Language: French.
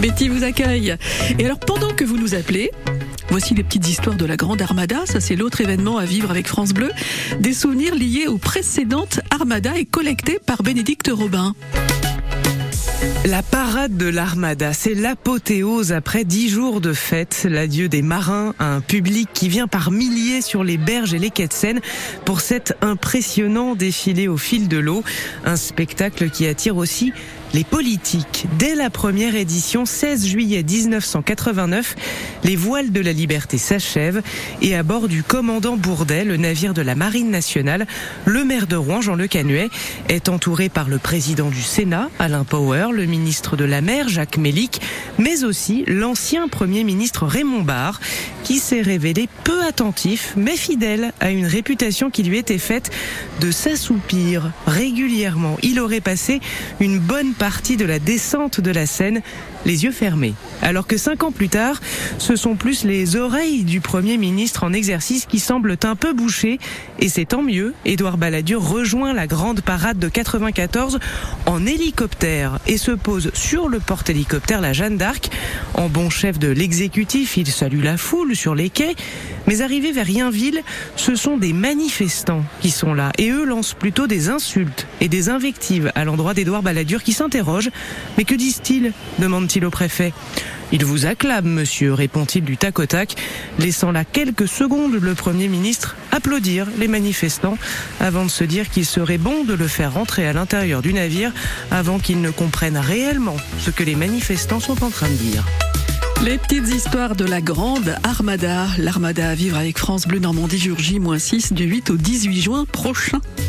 Betty vous accueille. Et alors, pendant que vous nous appelez, voici les petites histoires de la Grande Armada. Ça, c'est l'autre événement à vivre avec France Bleu. Des souvenirs liés aux précédentes Armadas et collectés par Bénédicte Robin. La parade de l'Armada, c'est l'apothéose après 10 jours de fête, l'adieu des marins à un public qui vient par milliers sur les berges et les quais de Seine pour cet impressionnant défilé au fil de l'eau. Un spectacle qui attire aussi les politiques. Dès la première édition, 16 juillet 1989, les voiles de la liberté s'achèvent et à bord du commandant Bourdet, le navire de la Marine nationale, le maire de Rouen, Jean Le Canuet, est entouré par le président du Sénat, Alain Power, le ministre de la Mer, Jacques Mélic, mais aussi l'ancien Premier ministre Raymond Barre, qui s'est révélé peu attentif, mais fidèle à une réputation qui lui était faite de s'assoupir régulièrement. Il aurait passé une bonne partie de la descente de la Seine les yeux fermés. Alors que 5 ans plus tard, ce sont plus les oreilles du Premier ministre en exercice qui semblent un peu bouchées. Et c'est tant mieux, Édouard Balladur rejoint la grande parade de 94 en hélicoptère et se pose sur le porte-hélicoptère la Jeanne d'Arc. En bon chef de l'exécutif, il salue la foule sur les quais. Mais arrivé vers Yainville, ce sont des manifestants qui sont là. Et eux lancent plutôt des insultes et des invectives à l'endroit d'Édouard Balladur qui s'interroge. Mais que disent-ils ? Demande-t-il au préfet. Il vous acclame, monsieur, répond-il du tac au tac, laissant là quelques secondes le Premier ministre applaudir les manifestants avant de se dire qu'il serait bon de le faire rentrer à l'intérieur du navire avant qu'ils ne comprennent réellement ce que les manifestants sont en train de dire. Les petites histoires de la Grande Armada. L'Armada à vivre avec France Bleu Normandie, jour J-6 du 8 au 18 juin prochain.